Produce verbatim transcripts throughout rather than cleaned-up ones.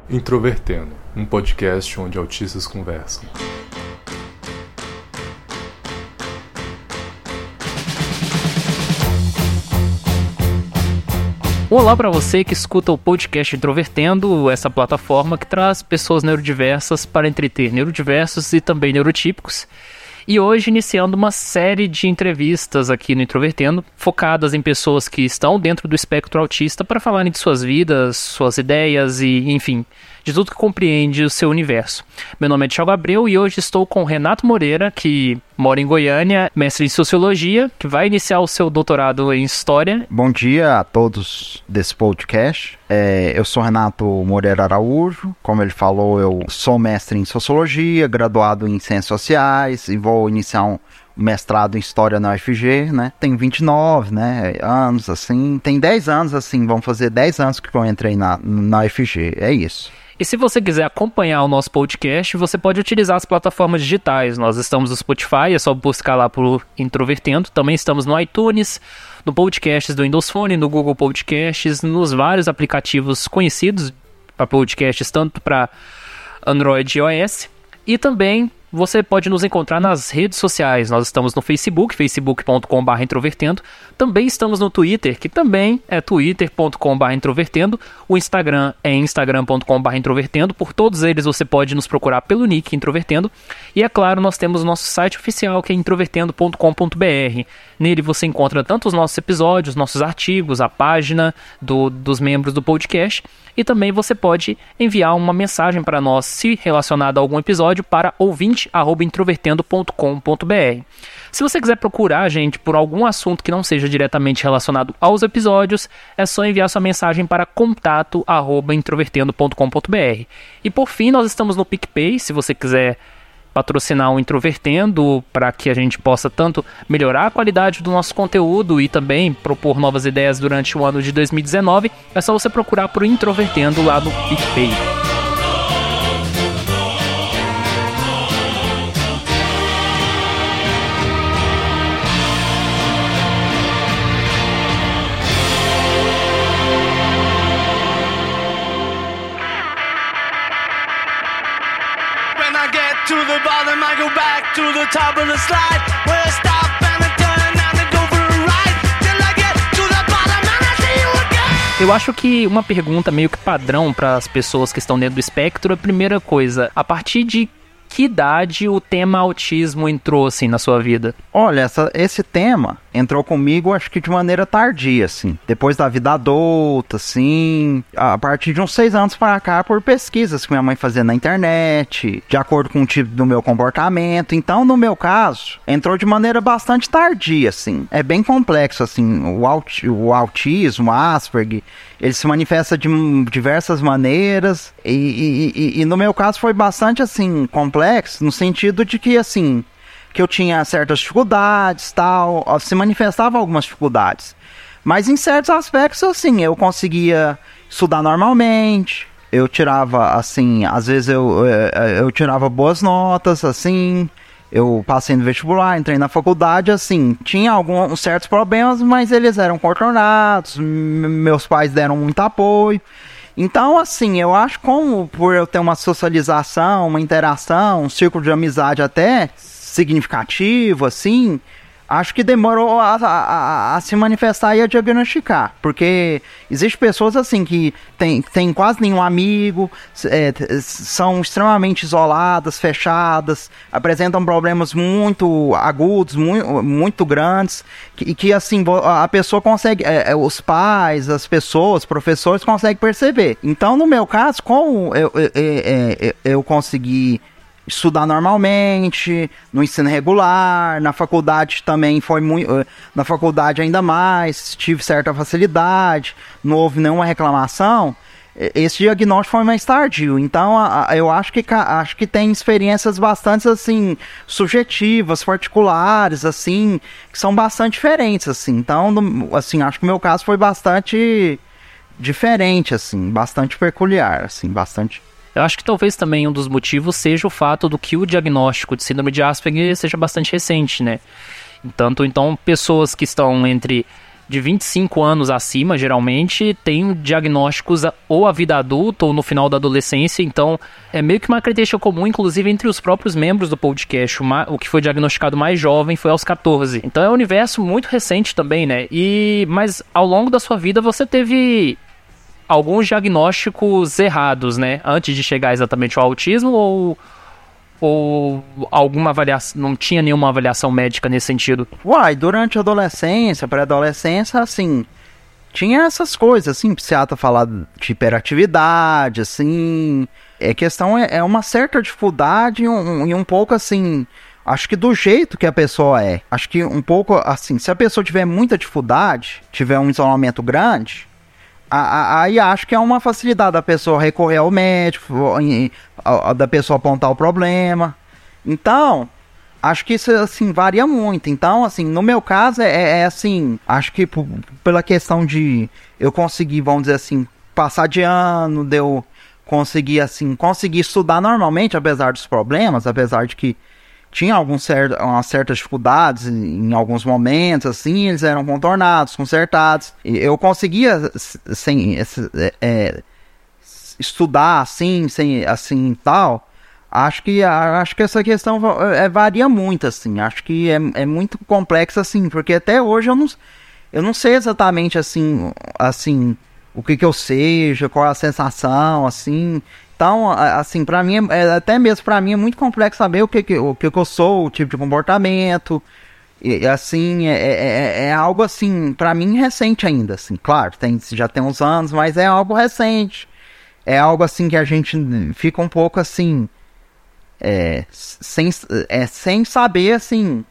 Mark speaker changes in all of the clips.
Speaker 1: Introvertendo, um podcast onde autistas conversam.
Speaker 2: Olá para você que escuta o podcast Introvertendo, essa plataforma que traz pessoas neurodiversas para entreter neurodiversos e também neurotípicos. E hoje iniciando uma série de entrevistas aqui no Introvertendo, focadas em pessoas que estão dentro do espectro autista para falarem de suas vidas, suas ideias e, enfim, de tudo que compreende o seu universo. Meu nome é Thiago Abreu e hoje estou com o Renato Moreira, que mora em Goiânia, mestre em Sociologia, que vai iniciar o seu doutorado em História.
Speaker 3: Bom dia a todos desse podcast. É, eu sou Renato Moreira Araújo, como ele falou, eu sou mestre em Sociologia, graduado em Ciências Sociais e vou iniciar um mestrado em História na U F G, né? Tenho vinte e nove, né, anos, assim, tem dez anos, assim, vão fazer dez anos que eu entrei na, na U F G, é isso.
Speaker 2: E se você quiser acompanhar o nosso podcast, você pode utilizar as plataformas digitais. Nós estamos no Spotify, é só buscar lá por Introvertendo. Também estamos no iTunes, no Podcasts do Windows Phone, no Google Podcasts, nos vários aplicativos conhecidos para podcasts, tanto para Android e iOS. E também você pode nos encontrar nas redes sociais. Nós estamos no Facebook, facebook ponto com barra introvertendo. Também estamos no Twitter, que também é twitter ponto com barra introvertendo. O Instagram é instagram ponto com barra introvertendo. Por todos eles você pode nos procurar pelo nick Introvertendo. E é claro, nós temos o nosso site oficial, que é introvertendo ponto com ponto br. Nele você encontra tanto os nossos episódios, nossos artigos, a página do, dos membros do podcast. E também você pode enviar uma mensagem para nós, se relacionada a algum episódio, para ouvinte arroba introvertendo ponto com ponto br. Se você quiser procurar a gente por algum assunto que não seja diretamente relacionado aos episódios, é só enviar sua mensagem para contato arroba introvertendo ponto com ponto br. E por fim, nós estamos no PicPay, se você quiser patrocinar o Introvertendo para que a gente possa tanto melhorar a qualidade do nosso conteúdo e também propor novas ideias durante o ano de dois mil e dezenove, é só você procurar por Introvertendo lá no PicPay.
Speaker 4: To the bottom, I go back to the top of the slide. Where I stop and I turn and I go for a ride. Till I get to the bottom and I see you again.
Speaker 2: Eu acho que uma pergunta meio que padrão para as pessoas que estão dentro do espectro é a primeira coisa: a partir de que idade o tema autismo entrou assim na sua vida?
Speaker 3: Olha, essa, esse tema entrou comigo, acho que de maneira tardia, assim. Depois da vida adulta, assim. A partir de uns seis anos para cá, por pesquisas que minha mãe fazia na internet, de acordo com o tipo do meu comportamento. Então, no meu caso, entrou de maneira bastante tardia, assim. É bem complexo, assim. O, aut o autismo, Asperger, ele se manifesta de diversas maneiras. E, e, e, e no meu caso foi bastante, assim, complexo, no sentido de que, assim, que eu tinha certas dificuldades, tal, se manifestava algumas dificuldades. Mas em certos aspectos, assim, eu conseguia estudar normalmente, eu tirava, assim, às vezes eu, eu, eu tirava boas notas, assim, eu passei no vestibular, entrei na faculdade, assim, tinha alguns certos problemas, mas eles eram contornados, meus pais deram muito apoio. Então, assim, eu acho como por eu ter uma socialização, uma interação, um círculo de amizade até significativo, assim, acho que demorou a, a, a se manifestar e a diagnosticar. Porque existem pessoas, assim, que tem, tem quase nenhum amigo, é, são extremamente isoladas, fechadas, apresentam problemas muito agudos, muito, muito grandes, e que, que, assim, a pessoa consegue, é, os pais, as pessoas, professores conseguem perceber. Então, no meu caso, como eu, eu, eu, eu consegui estudar normalmente, no ensino regular, na faculdade também foi muito, na faculdade ainda mais, tive certa facilidade, não houve nenhuma reclamação, esse diagnóstico foi mais tardio. Então a, a, eu acho que, acho que tem experiências bastante, assim, subjetivas, particulares, assim, que são bastante diferentes, assim. Então, no, assim, acho que o meu caso foi bastante diferente, assim, bastante peculiar, assim, bastante.
Speaker 2: Eu acho que talvez também um dos motivos seja o fato do que o diagnóstico de síndrome de Asperger seja bastante recente, né? Tanto, então, pessoas que estão entre de vinte e cinco anos acima, geralmente, tem diagnósticos ou a vida adulta ou no final da adolescência, então é meio que uma característica comum, inclusive entre os próprios membros do podcast. O que foi diagnosticado mais jovem foi aos catorze. Então é um universo muito recente também, né? E, mas ao longo da sua vida você teve alguns diagnósticos errados, né? Antes de chegar exatamente ao autismo, ou... ou alguma avaliação, não tinha nenhuma avaliação médica nesse sentido?
Speaker 3: Uai, durante a adolescência, pré-adolescência, assim, tinha essas coisas, assim, psiquiatra falar de hiperatividade, assim, é questão, é, é uma certa dificuldade e um, e um pouco, assim, acho que do jeito que a pessoa é, acho que um pouco, assim, se a pessoa tiver muita dificuldade, tiver um isolamento grande, aí acho que é uma facilidade da pessoa recorrer ao médico, da pessoa apontar o problema. Então, acho que isso, assim, varia muito. Então, assim, no meu caso, é, é assim, acho que p- pela questão de eu conseguir, vamos dizer assim, passar de ano, de eu conseguir, assim, conseguir estudar normalmente, apesar dos problemas, apesar de que tinha alguns cer- umas certas dificuldades em, em alguns momentos, assim, eles eram contornados, consertados. E eu conseguia, sem, é, é, estudar assim, sem, assim, tal. Acho que, acho que essa questão é, varia muito, assim. Acho que é, é muito complexa, assim, porque até hoje eu não, eu não sei exatamente, assim, assim, o que que eu seja, qual é a sensação, assim... Então, assim, pra mim, é, até mesmo pra mim é muito complexo saber o que, que, o que, que eu sou, o tipo de comportamento. E, assim, é, é, é algo, assim, pra mim recente ainda, assim. Claro, tem, já tem uns anos, mas é algo recente. É algo, assim, que a gente fica um pouco, assim, é, sem, é, sem saber, assim,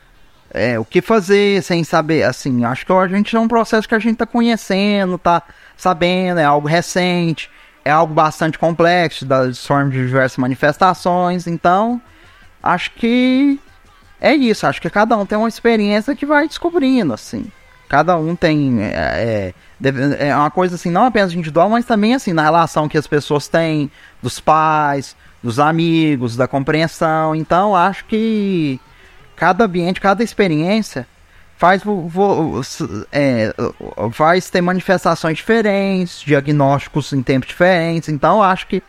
Speaker 3: é, o que fazer, sem saber, assim. Acho que a gente é um processo que a gente tá conhecendo, tá sabendo, é algo recente. É algo bastante complexo, das formas de diversas manifestações, então acho que é isso, acho que cada um tem uma experiência que vai descobrindo, assim, cada um tem, é, é, é uma coisa assim, não apenas individual, mas também assim, na relação que as pessoas têm, dos pais, dos amigos, da compreensão, então acho que cada ambiente, cada experiência faz, é, faz ter manifestações diferentes, diagnósticos em tempos diferentes, então acho que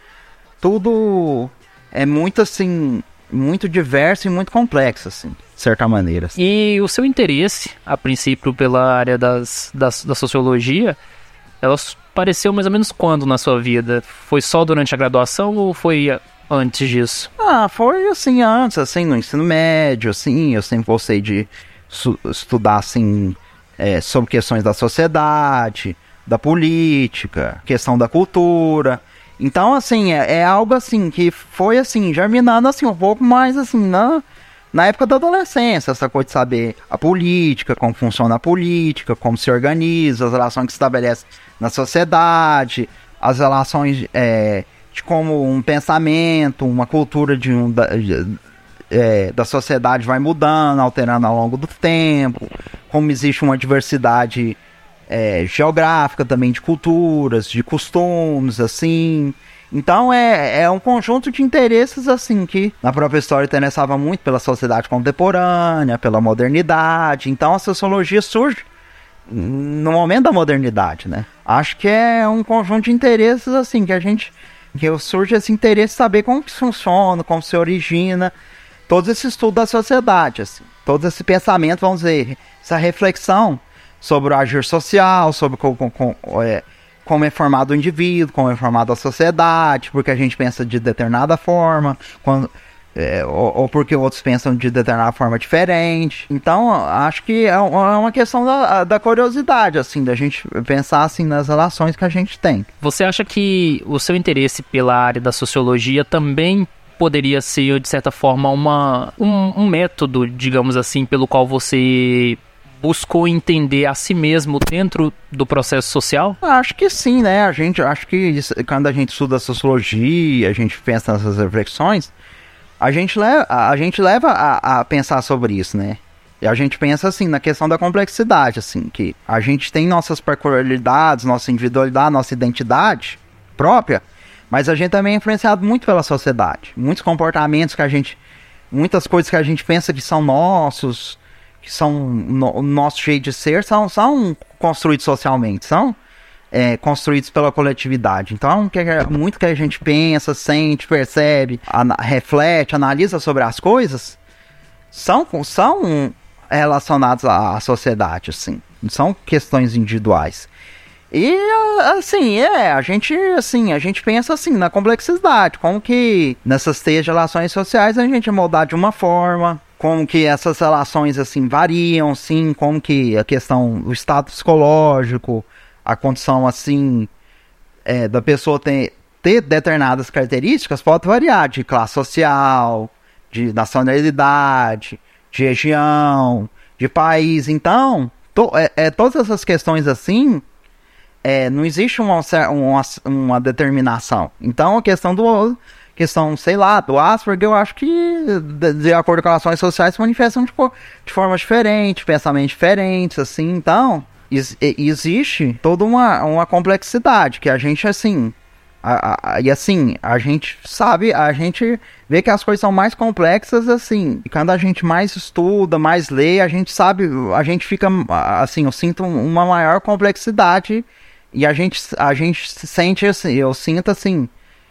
Speaker 3: tudo é muito assim, muito diverso e muito complexo, assim, de certa maneira.
Speaker 2: E o seu interesse, a princípio, pela área das, das, da sociologia, ela apareceu mais ou menos quando na sua vida? Foi só durante a graduação ou foi antes disso?
Speaker 3: Ah, foi assim, antes, assim, no ensino médio, assim, eu sempre gostei de estudar, assim, é, sobre questões da sociedade, da política, questão da cultura. Então, assim, é, é algo, assim, que foi, assim, germinando, assim, um pouco mais, assim, na, na época da adolescência, essa coisa de saber a política, como funciona a política, como se organiza, as relações que se estabelecem na sociedade, as relações, é, de como um pensamento, uma cultura de um... De, É, da sociedade vai mudando, alterando ao longo do tempo, como existe uma diversidade é, geográfica também de culturas, de costumes, assim. Então é, é um conjunto de interesses, assim, que na própria história interessava muito pela sociedade contemporânea, pela modernidade. Então a sociologia surge no momento da modernidade, né? Acho que é um conjunto de interesses, assim, que a gente... que surge esse interesse de saber como que funciona, como se origina... todo esse estudo da sociedade, assim, todo esse pensamento, vamos dizer, essa reflexão sobre o agir social, sobre como, como, é, como é formado o indivíduo, como é formada a sociedade, porque a gente pensa de determinada forma, quando, é, ou, ou porque outros pensam de determinada forma diferente. Então, acho que é uma questão da, da curiosidade, assim, da gente pensar assim, nas relações que a gente tem.
Speaker 2: Você acha que o seu interesse pela área da sociologia também poderia ser, de certa forma, uma, um, um método, digamos assim, pelo qual você buscou entender a si mesmo dentro do processo social?
Speaker 3: Acho que sim, né? A gente, acho que isso, quando a gente estuda sociologia, a gente pensa nessas reflexões, a gente leva, a gente leva a, a pensar sobre isso, né? E a gente pensa, assim, na questão da complexidade, assim, que a gente tem nossas peculiaridades, nossa individualidade, nossa identidade própria, mas a gente também é influenciado muito pela sociedade. Muitos comportamentos que a gente... muitas coisas que a gente pensa que são nossos, que são no, o nosso jeito de ser, são, são construídos socialmente, são é, construídos pela coletividade. Então, que é muito que a gente pensa, sente, percebe, ana, reflete, analisa sobre as coisas, são, são relacionados à, à sociedade, assim. Não são questões individuais. E, assim, é, a gente, assim, a gente pensa, assim, na complexidade, como que nessas três relações sociais a gente é moldado de uma forma, como que essas relações, assim, variam, sim, como que a questão do estado psicológico, a condição, assim, é, da pessoa ter, ter determinadas características pode variar de classe social, de nacionalidade, de região, de país. Então, to, é, é, todas essas questões, assim, é, não existe uma, uma, uma determinação. Então, a questão do... questão, sei lá, do Asperger, eu acho que, de, de acordo com as relações sociais, se manifestam de, de formas diferentes, pensamentos diferentes, assim. Então, is, existe toda uma, uma complexidade que a gente, assim, a, a, e assim, a gente sabe, a gente vê que as coisas são mais complexas, assim, e quando a gente mais estuda, mais lê, a gente sabe, a gente fica, assim, eu sinto uma maior complexidade e a gente, a gente sente, assim, eu sinto, assim,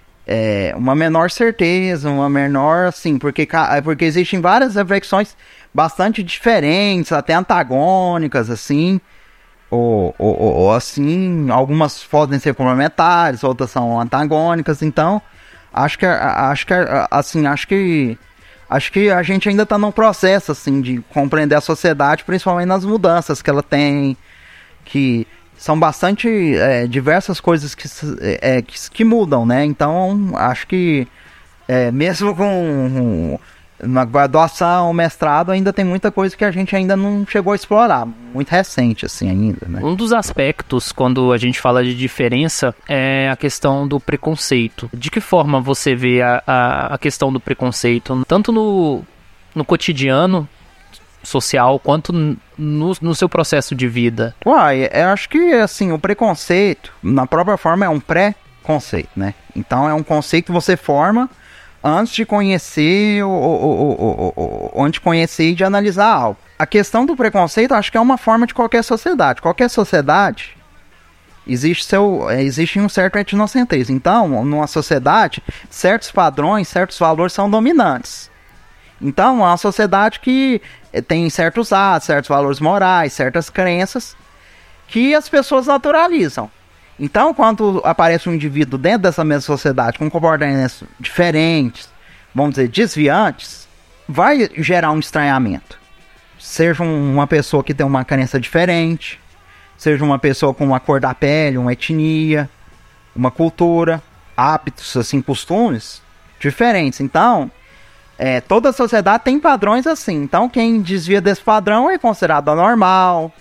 Speaker 3: É, uma menor certeza, uma menor, assim, porque, porque existem várias reflexões bastante diferentes, até antagônicas, assim, ou, ou, ou assim, algumas podem ser complementares, outras são antagônicas. Então, acho que, acho que, assim, acho que, acho que a gente ainda está num processo, assim, de compreender a sociedade, principalmente nas mudanças que ela tem, que são bastante é, diversas coisas que, é, que, que mudam, né? Então, acho que é, mesmo com uma graduação, mestrado, ainda tem muita coisa que a gente ainda não chegou a explorar. Muito recente, assim, ainda, né?
Speaker 2: Um dos aspectos, quando a gente fala de diferença, é a questão do preconceito. De que forma você vê a, a, a questão do preconceito, tanto no, no cotidiano social, quanto no, no seu processo de vida?
Speaker 3: Uai, eu acho que, assim, o preconceito, na própria forma, é um pré-conceito, né? Então, é um conceito que você forma antes de conhecer, ou, ou, ou, ou, ou, antes de conhecer e de analisar algo. A questão do preconceito, acho que é uma forma de qualquer sociedade. Qualquer sociedade, existe, seu, existe um certo etnocentrismo. Então, numa sociedade, certos padrões, certos valores são dominantes. Então, é uma sociedade que tem certos atos, certos valores morais, certas crenças que as pessoas naturalizam. Então, quando aparece um indivíduo dentro dessa mesma sociedade com comportamentos diferentes, vamos dizer, desviantes, vai gerar um estranhamento. Seja uma pessoa que tem uma crença diferente, seja uma pessoa com uma cor da pele, uma etnia, uma cultura, hábitos, assim, costumes diferentes. Então, É, toda a sociedade tem padrões assim. Então, quem desvia desse padrão é considerado anormal,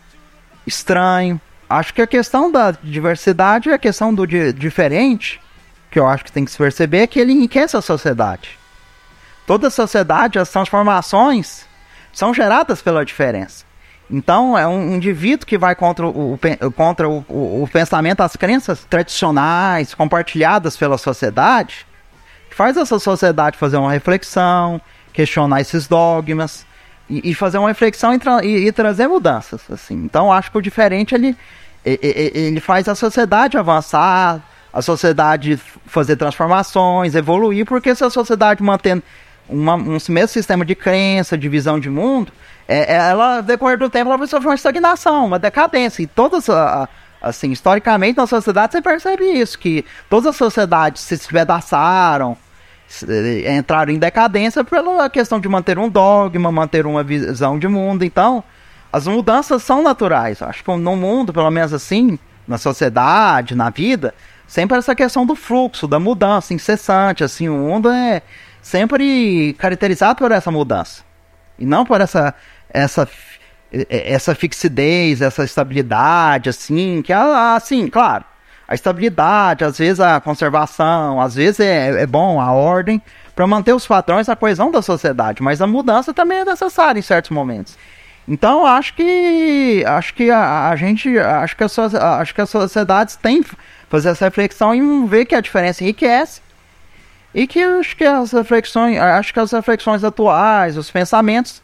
Speaker 3: estranho. Acho que a questão da diversidade e a questão do di- diferente, que eu acho que tem que se perceber, é que ele enriquece a sociedade. Toda a sociedade, as transformações são geradas pela diferença. Então, é um indivíduo que vai contra o, o, contra o, o, o pensamento, as crenças tradicionais, compartilhadas pela sociedade, faz essa sociedade fazer uma reflexão, questionar esses dogmas e, e fazer uma reflexão e, tra- e, e trazer mudanças, assim. Então, acho que o diferente, ele, ele, ele faz a sociedade avançar, a sociedade fazer transformações, evoluir, porque se a sociedade mantém uma, um mesmo sistema de crença, de visão de mundo, é, ela, decorrer do tempo, ela vai sofrer uma estagnação, uma decadência. E todas a, assim, historicamente, na sociedade, você percebe isso, que todas as sociedades se despedaçaram, entraram em decadência pela questão de manter um dogma, manter uma visão de mundo. Então, as mudanças são naturais. Acho que no mundo, pelo menos assim, na sociedade, na vida, sempre essa questão do fluxo, da mudança incessante, assim, o mundo é sempre caracterizado por essa mudança. E não por essa, essa, essa fixidez, essa estabilidade, assim, que, assim, claro, a estabilidade, às vezes a conservação, às vezes é, é bom a ordem para manter os padrões, a coesão da sociedade, mas a mudança também é necessária em certos momentos. Então acho que acho que a, a gente acho que, a, acho que as sociedades têm que fazer essa reflexão e ver que a diferença enriquece e que acho que as reflexões acho que as reflexões atuais, os pensamentos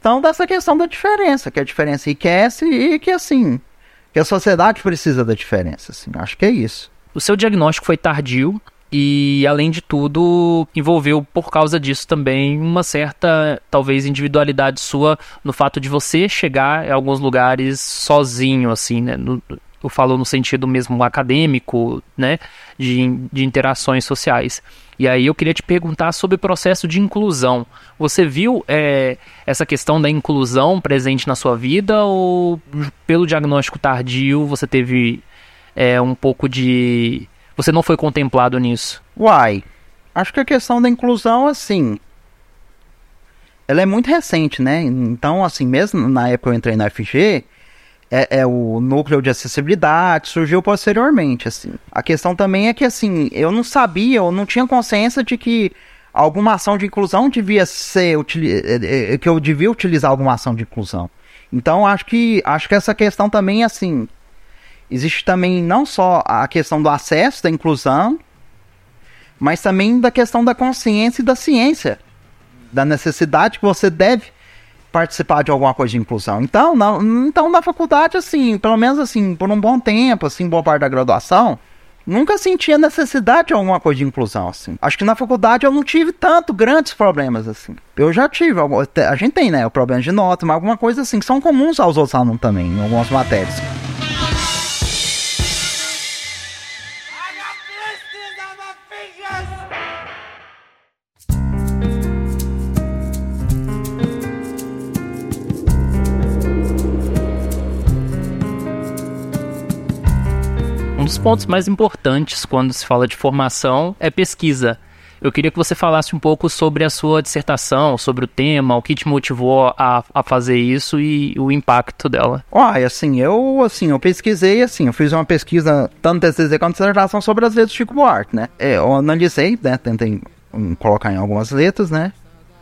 Speaker 3: questão dessa questão da diferença, que a diferença enriquece e que, assim, que a sociedade precisa da diferença, assim, acho que é isso.
Speaker 2: O seu diagnóstico foi tardio e, além de tudo, envolveu, por causa disso também, uma certa, talvez, individualidade sua no fato de você chegar em alguns lugares sozinho, assim, né? No, eu falo no sentido mesmo acadêmico, né? De, de interações sociais. E aí eu queria te perguntar sobre o processo de inclusão. Você viu é, essa questão da inclusão presente na sua vida ou, pelo diagnóstico tardio, você teve é, um pouco de... Você não foi contemplado nisso?
Speaker 3: Uai, acho que a questão da inclusão, assim, ela é muito recente, né? Então, assim, mesmo na época que eu entrei na F G, é, é o núcleo de acessibilidade, surgiu posteriormente, assim. A questão também é que, assim, eu não sabia, eu não tinha consciência de que alguma ação de inclusão devia ser, que eu devia utilizar alguma ação de inclusão. Então, acho que, acho que essa questão também, assim... Existe também não só a questão do acesso, da inclusão, mas também da questão da consciência e da ciência, da necessidade que você deve participar de alguma coisa de inclusão. Então, na, então, na faculdade, assim, pelo menos assim, por um bom tempo, assim, boa parte da graduação, nunca senti a necessidade de alguma coisa de inclusão, assim. Acho que na faculdade eu não tive tanto grandes problemas, assim. Eu já tive, a gente tem, né, o problema de nota, mas alguma coisa assim, que são comuns aos outros alunos também, em algumas matérias.
Speaker 2: Um dos pontos mais importantes quando se fala de formação é pesquisa. Eu queria que você falasse um pouco sobre a sua dissertação, sobre o tema, o que te motivou a, a fazer isso e o impacto dela.
Speaker 3: Uai, assim, eu, assim, eu pesquisei, assim, eu fiz uma pesquisa, tanto T C C quanto dissertação, sobre as letras do Chico Buarque, né? Eu analisei, né, tentei um, colocar em algumas letras, né?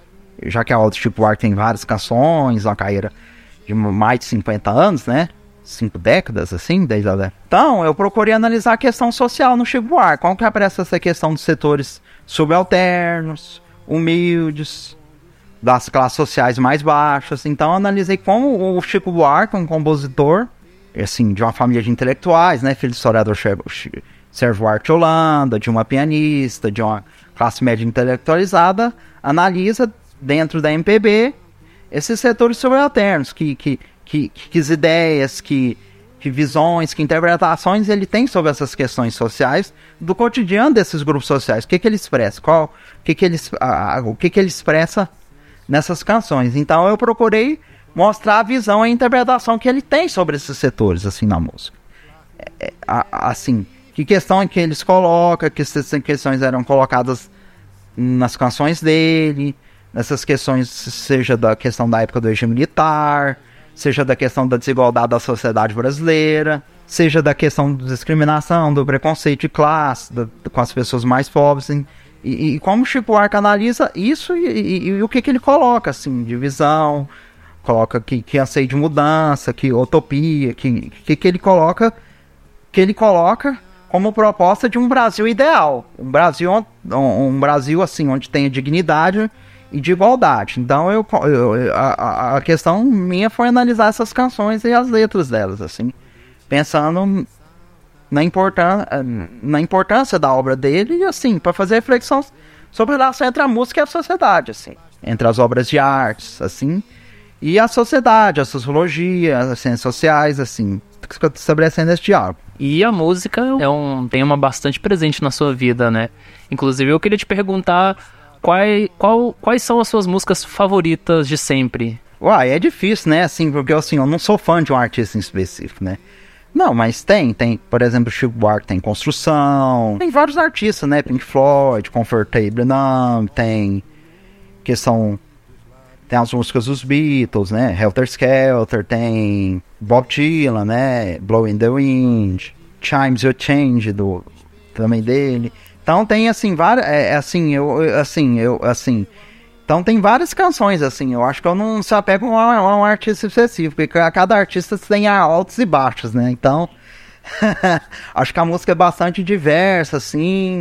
Speaker 3: Já que a aula do Chico Buarque tem várias canções, uma carreira de mais de cinquenta anos, né? Cinco décadas, assim, desde a... Então, eu procurei analisar a questão social no Chico Buarque. Como que aparece essa questão dos setores subalternos, humildes, das classes sociais mais baixas. Então, eu analisei como o Chico Buarque, um compositor, assim, de uma família de intelectuais, né, filho do historiador Sérgio Buarque de Holanda, de uma pianista, de uma classe média intelectualizada, analisa, dentro da M P B, esses setores subalternos, que... que Que, que, que ideias, que, que visões, que interpretações ele tem sobre essas questões sociais do cotidiano desses grupos sociais. O que, que ele expressa? Qual, o que, que ele, a, o que, que ele expressa nessas canções? Então eu procurei mostrar a visão e a interpretação que ele tem sobre esses setores, assim, na música. É, a, assim, que questão é que eles colocam, que essas questões eram colocadas nas canções dele, nessas questões, seja da questão da época do regime militar, seja da questão da desigualdade da sociedade brasileira, seja da questão da discriminação, do preconceito de classe, da, com as pessoas mais pobres, assim, e, e como o Chico Buarque analisa isso e, e, e o que, que ele coloca, assim, de visão, coloca que, que anseio de mudança, que utopia, que, que, que ele coloca, que ele coloca como proposta de um Brasil ideal, um Brasil, um, um Brasil assim, onde tenha dignidade e de igualdade. Então eu, eu, a, a questão minha foi analisar essas canções e as letras delas, assim, pensando na, importân na importância da obra dele e, assim, para fazer reflexão sobre a relação entre a música e a sociedade, assim, entre as obras de artes, assim, e a sociedade, a sociologia, as ciências sociais, assim, estabelecendo esse diálogo.
Speaker 2: E a música é um tema bastante presente na sua vida, né? Inclusive eu queria te perguntar Quais, qual, quais são as suas músicas favoritas de sempre?
Speaker 3: Uai, é difícil, né? Assim, porque assim, eu não sou fã de um artista em específico, né? Não, mas tem, tem, por exemplo, Chico Buarque tem Construção, tem vários artistas, né? Pink Floyd, Comfortable Numb, tem questão, tem as músicas dos Beatles, né? Helter Skelter, tem Bob Dylan, né? Blow in the Wind, Chimes You Change, do, também dele. Então tem, assim, várias, é, assim, eu, assim, eu, assim, então tem várias canções, assim, eu acho que eu não se apego a, a um artista específico, porque cada artista tem altos e baixos, né, então, acho que a música é bastante diversa, assim,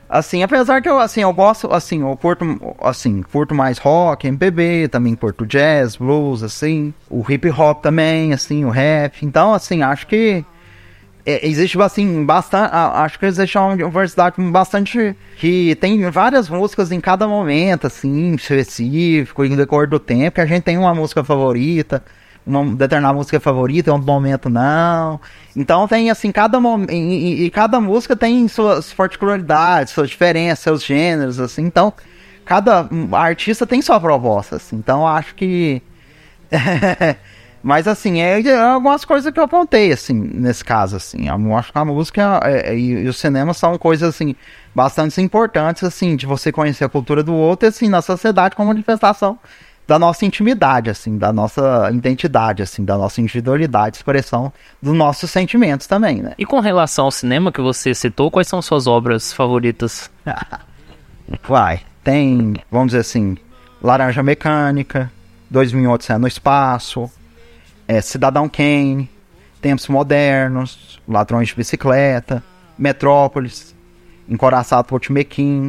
Speaker 3: Assim, apesar que eu, assim, eu gosto, assim, eu curto, assim, curto mais rock, M P B, também curto jazz, blues, assim, o hip hop também, assim, o rap. Então, assim, acho que é, existe, assim, bastante, acho que existe uma diversidade bastante, que tem várias músicas em cada momento, assim, específico, em decorrer do tempo, que a gente tem uma música favorita, uma determinada música favorita, em outro momento não. Então tem assim, cada momento, e, e cada música tem suas particularidades, suas diferenças, seus gêneros, assim. Então cada artista tem sua proposta, assim. Então acho que mas assim, é, é algumas coisas que eu apontei, assim, nesse caso, assim. Eu acho que a música é, é, e, e o cinema são coisas, assim, bastante importantes, assim, de você conhecer a cultura do outro, assim, na sociedade como manifestação da nossa intimidade, assim, da nossa identidade, assim, da nossa individualidade, expressão dos nossos sentimentos também, né?
Speaker 2: E com relação ao cinema que você citou, quais são suas obras favoritas?
Speaker 3: Vai, tem, vamos dizer assim, Laranja Mecânica, dois mil e Odisseia no Espaço, é, Cidadão Kane, Tempos Modernos, Ladrões de Bicicleta, Metrópolis, Encoraçado por Timequim,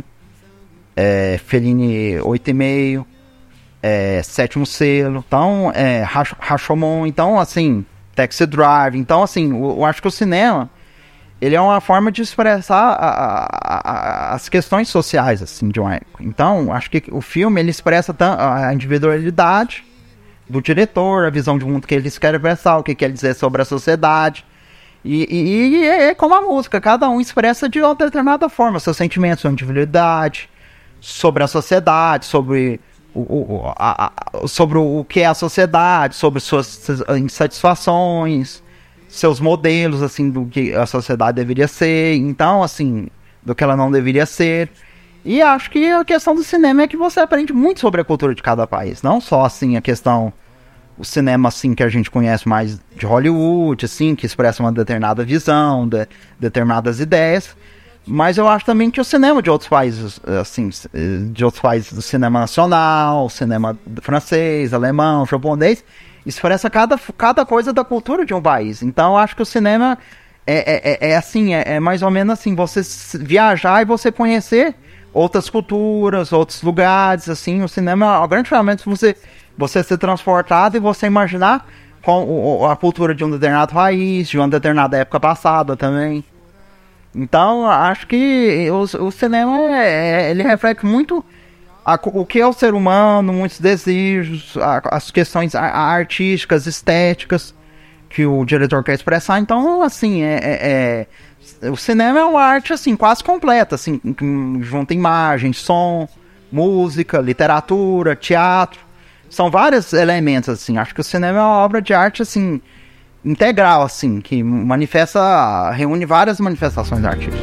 Speaker 3: é, Fellini oito e meio, É, Sétimo Selo, então, é, Rashomon, então, assim, Taxi Drive, então, assim, eu, eu acho que o cinema, ele é uma forma de expressar a, a, a, as questões sociais, assim, de uma época. Então, acho que o filme, ele expressa a individualidade do diretor, a visão de mundo que eles querem expressar, o que quer dizer sobre a sociedade, e, e, e é como a música, cada um expressa de outra determinada forma, seus sentimentos, sua individualidade, sobre a sociedade, sobre O, o, a, a, sobre o que é a sociedade, sobre suas insatisfações, seus modelos, assim, do que a sociedade deveria ser, então, assim, do que ela não deveria ser. E acho que a questão do cinema é que você aprende muito sobre a cultura de cada país, não só, assim, a questão, o cinema, assim, que a gente conhece mais de Hollywood, assim, que expressa uma determinada visão, de, determinadas ideias. Mas eu acho também que o cinema de outros países, assim, de outros países, do cinema nacional, cinema francês, alemão, japonês, expressa cada, cada coisa da cultura de um país. Então eu acho que o cinema é, é, é assim, é, é mais ou menos assim, você viajar e você conhecer outras culturas, outros lugares, assim, o cinema é uma grande ferramenta para você, você ser transportado e você imaginar com a cultura de um determinado país, de uma determinada época passada também. Então, acho que o, o cinema, é, ele reflete muito a, o que é o ser humano, muitos desejos, a, as questões a, a artísticas, estéticas, que o diretor quer expressar. Então, assim, é, é, é, o cinema é uma arte, assim, quase completa, assim, junta imagem, som, música, literatura, teatro. São vários elementos, assim. Acho que o cinema é uma obra de arte, assim, integral, assim, que manifesta, reúne várias manifestações artísticas.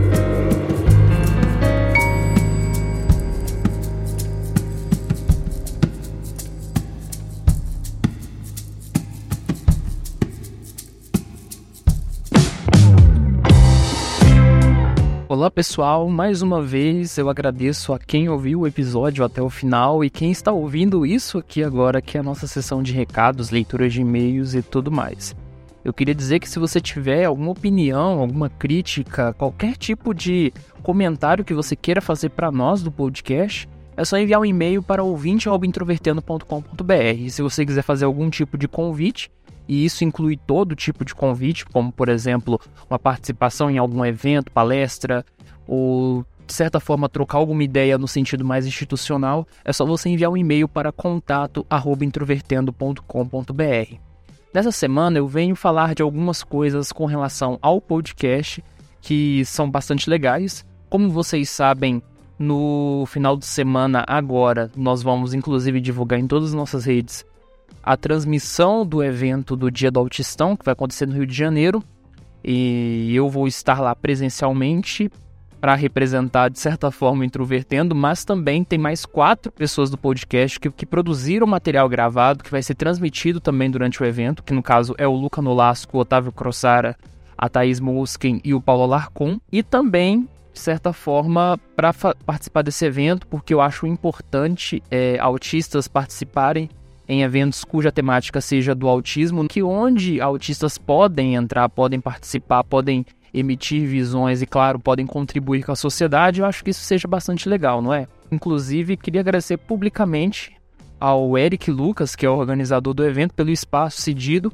Speaker 2: Olá pessoal, mais uma vez eu agradeço a quem ouviu o episódio até o final e quem está ouvindo isso aqui agora, que é a nossa sessão de recados, leituras de e-mails e tudo mais. Eu queria dizer que se você tiver alguma opinião, alguma crítica, qualquer tipo de comentário que você queira fazer para nós do podcast, é só enviar um e-mail para ouvinte arroba introvertendo ponto com ponto b r. Se você quiser fazer algum tipo de convite, e isso inclui todo tipo de convite, como, por exemplo, uma participação em algum evento, palestra, ou, de certa forma, trocar alguma ideia no sentido mais institucional, é só você enviar um e-mail para contato arroba introvertendo ponto com ponto b r. Nessa semana, eu venho falar de algumas coisas com relação ao podcast que são bastante legais. Como vocês sabem, no final de semana agora, nós vamos, inclusive, divulgar em todas as nossas redes a transmissão do evento do Dia do Autistão, que vai acontecer no Rio de Janeiro, e eu vou estar lá presencialmente para representar, de certa forma, o Introvertendo, mas também tem mais quatro pessoas do podcast que, que produziram material gravado, que vai ser transmitido também durante o evento, que no caso é o Luca Nolasco, o Otávio Crossara, a Thaís Mosken e o Paulo Alarcon, e também, de certa forma, para participar desse evento, porque eu acho importante é, autistas participarem em eventos cuja temática seja do autismo, que onde autistas podem entrar, podem participar, podem emitir visões e, claro, podem contribuir com a sociedade, eu acho que isso seja bastante legal, não é? Inclusive, queria agradecer publicamente ao Eric Lucas, que é o organizador do evento, pelo espaço cedido.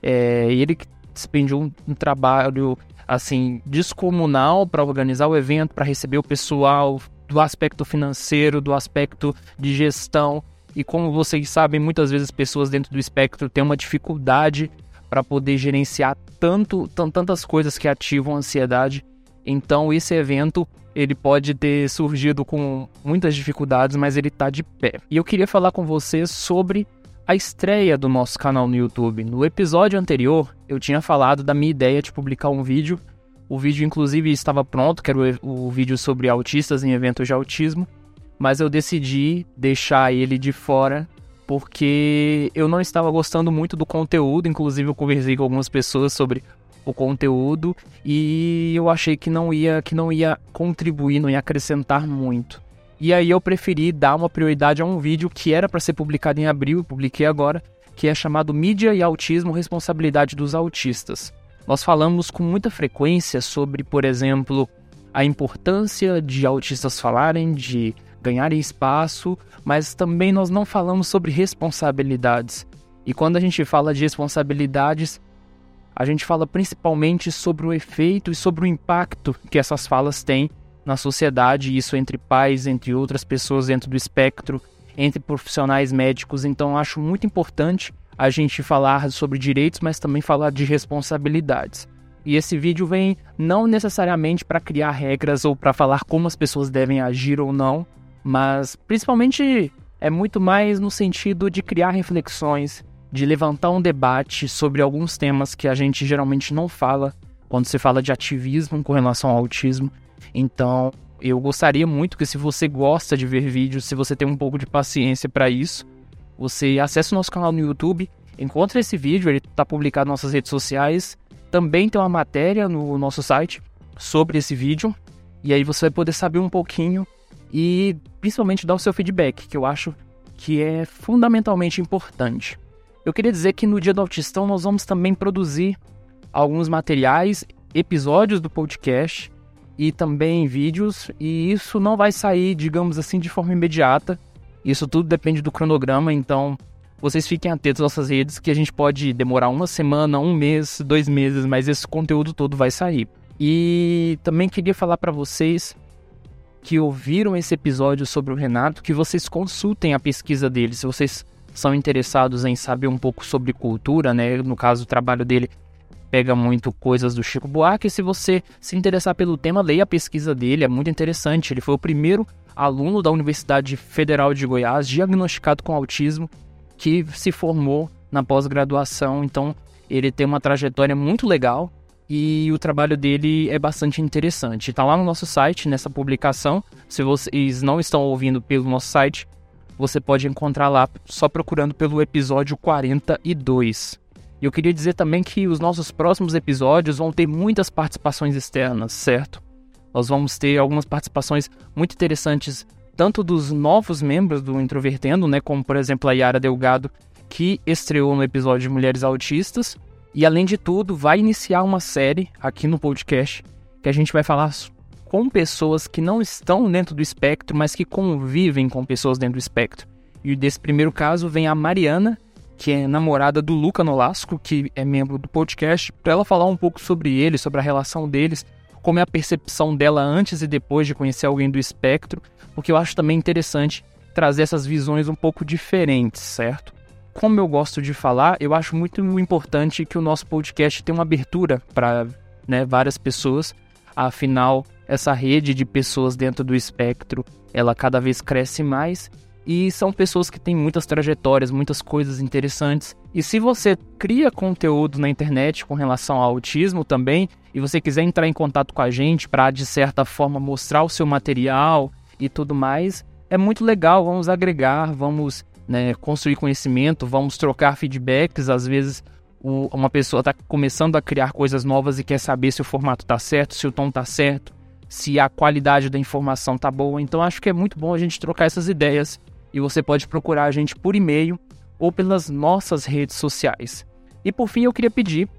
Speaker 2: É, ele que despendeu um, um trabalho assim descomunal para organizar o evento, para receber o pessoal, do aspecto financeiro, do aspecto de gestão. E como vocês sabem, muitas vezes pessoas dentro do espectro têm uma dificuldade para poder gerenciar tanto, tantas coisas que ativam a ansiedade. Então esse evento ele pode ter surgido com muitas dificuldades, mas ele está de pé. E eu queria falar com vocês sobre a estreia do nosso canal no YouTube. No episódio anterior, eu tinha falado da minha ideia de publicar um vídeo. O vídeo, inclusive, estava pronto, que era o, o vídeo sobre autistas em eventos de autismo. Mas eu decidi deixar ele de fora, porque eu não estava gostando muito do conteúdo. Inclusive, eu conversei com algumas pessoas sobre o conteúdo e eu achei que não ia, que não ia contribuir, não ia acrescentar muito. E aí eu preferi dar uma prioridade a um vídeo que era para ser publicado em abril, eu publiquei agora, que é chamado Mídia e Autismo, Responsabilidade dos Autistas. Nós falamos com muita frequência sobre, por exemplo, a importância de autistas falarem, de ganharem espaço, mas também nós não falamos sobre responsabilidades. E quando a gente fala de responsabilidades, a gente fala principalmente sobre o efeito e sobre o impacto que essas falas têm na sociedade, isso entre pais, entre outras pessoas dentro do espectro, entre profissionais médicos. Então, acho muito importante a gente falar sobre direitos, mas também falar de responsabilidades. E esse vídeo vem não necessariamente para criar regras ou para falar como as pessoas devem agir ou não, mas principalmente é muito mais no sentido de criar reflexões, de levantar um debate sobre alguns temas que a gente geralmente não fala quando se fala de ativismo com relação ao autismo. Então, eu gostaria muito que, se você gosta de ver vídeos, se você tem um pouco de paciência para isso, você acesse o nosso canal no YouTube, encontre esse vídeo, ele está publicado nas nossas redes sociais, também tem uma matéria no nosso site sobre esse vídeo, e aí você vai poder saber um pouquinho e principalmente dar o seu feedback, que eu acho que é fundamentalmente importante. Eu queria dizer que no Dia do Autistão nós vamos também produzir alguns materiais, episódios do podcast e também vídeos, e isso não vai sair, digamos assim, de forma imediata. Isso tudo depende do cronograma, então vocês fiquem atentos às nossas redes, que a gente pode demorar uma semana, um mês, dois meses, mas esse conteúdo todo vai sair. E também queria falar para vocês que ouviram esse episódio sobre o Renato, que vocês consultem a pesquisa dele, se vocês são interessados em saber um pouco sobre cultura, né? No caso, o trabalho dele pega muito coisas do Chico Buarque. E se você se interessar pelo tema, leia a pesquisa dele, é muito interessante. Ele foi o primeiro aluno da Universidade Federal de Goiás diagnosticado com autismo que se formou na pós-graduação. Então, ele tem uma trajetória muito legal e o trabalho dele é bastante interessante. Está lá no nosso site, nessa publicação. Se vocês não estão ouvindo pelo nosso site, você pode encontrar lá só procurando pelo episódio quarenta e dois. E eu queria dizer também que os nossos próximos episódios vão ter muitas participações externas, certo? Nós vamos ter algumas participações muito interessantes, tanto dos novos membros do Introvertendo, né, como por exemplo a Yara Delgado, que estreou no episódio de Mulheres Autistas. E além de tudo, vai iniciar uma série aqui no podcast que a gente vai falar com pessoas que não estão dentro do espectro, mas que convivem com pessoas dentro do espectro. E desse primeiro caso vem a Mariana, que é namorada do Luca Nolasco, que é membro do podcast, para ela falar um pouco sobre ele, sobre a relação deles, como é a percepção dela antes e depois de conhecer alguém do espectro, porque eu acho também interessante trazer essas visões um pouco diferentes, certo? Como eu gosto de falar, eu acho muito importante que o nosso podcast tenha uma abertura para, né, várias pessoas. Afinal, essa rede de pessoas dentro do espectro, ela cada vez cresce mais e são pessoas que têm muitas trajetórias, muitas coisas interessantes. E se você cria conteúdo na internet com relação ao autismo também, e você quiser entrar em contato com a gente para, de certa forma, mostrar o seu material e tudo mais, é muito legal, vamos agregar, vamos, né, construir conhecimento, vamos trocar feedbacks. Às vezes o, uma pessoa está começando a criar coisas novas e quer saber se o formato está certo, se o tom está certo, se a qualidade da informação está boa. Então acho que é muito bom a gente trocar essas ideias e você pode procurar a gente por e-mail ou pelas nossas redes sociais. E por fim eu queria pedir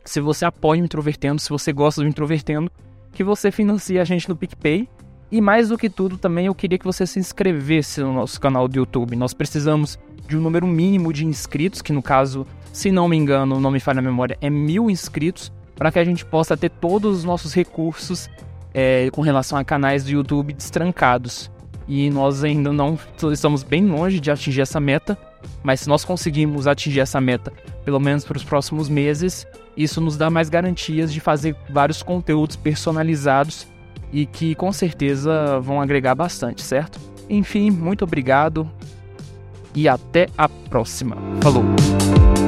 Speaker 2: se você apoia o Introvertendo, se você gosta do Introvertendo, que você financie a gente no PicPay. E mais do que tudo também eu queria que você se inscrevesse no nosso canal do YouTube. Nós precisamos de um número mínimo de inscritos, que no caso, se não me engano, não me falha a memória, é mil inscritos, para que a gente possa ter todos os nossos recursos é, com relação a canais do YouTube destrancados. E nós ainda não estamos bem longe de atingir essa meta, mas se nós conseguirmos atingir essa meta, pelo menos para os próximos meses, isso nos dá mais garantias de fazer vários conteúdos personalizados e que com certeza vão agregar bastante, certo? Enfim, muito obrigado e até a próxima. Falou!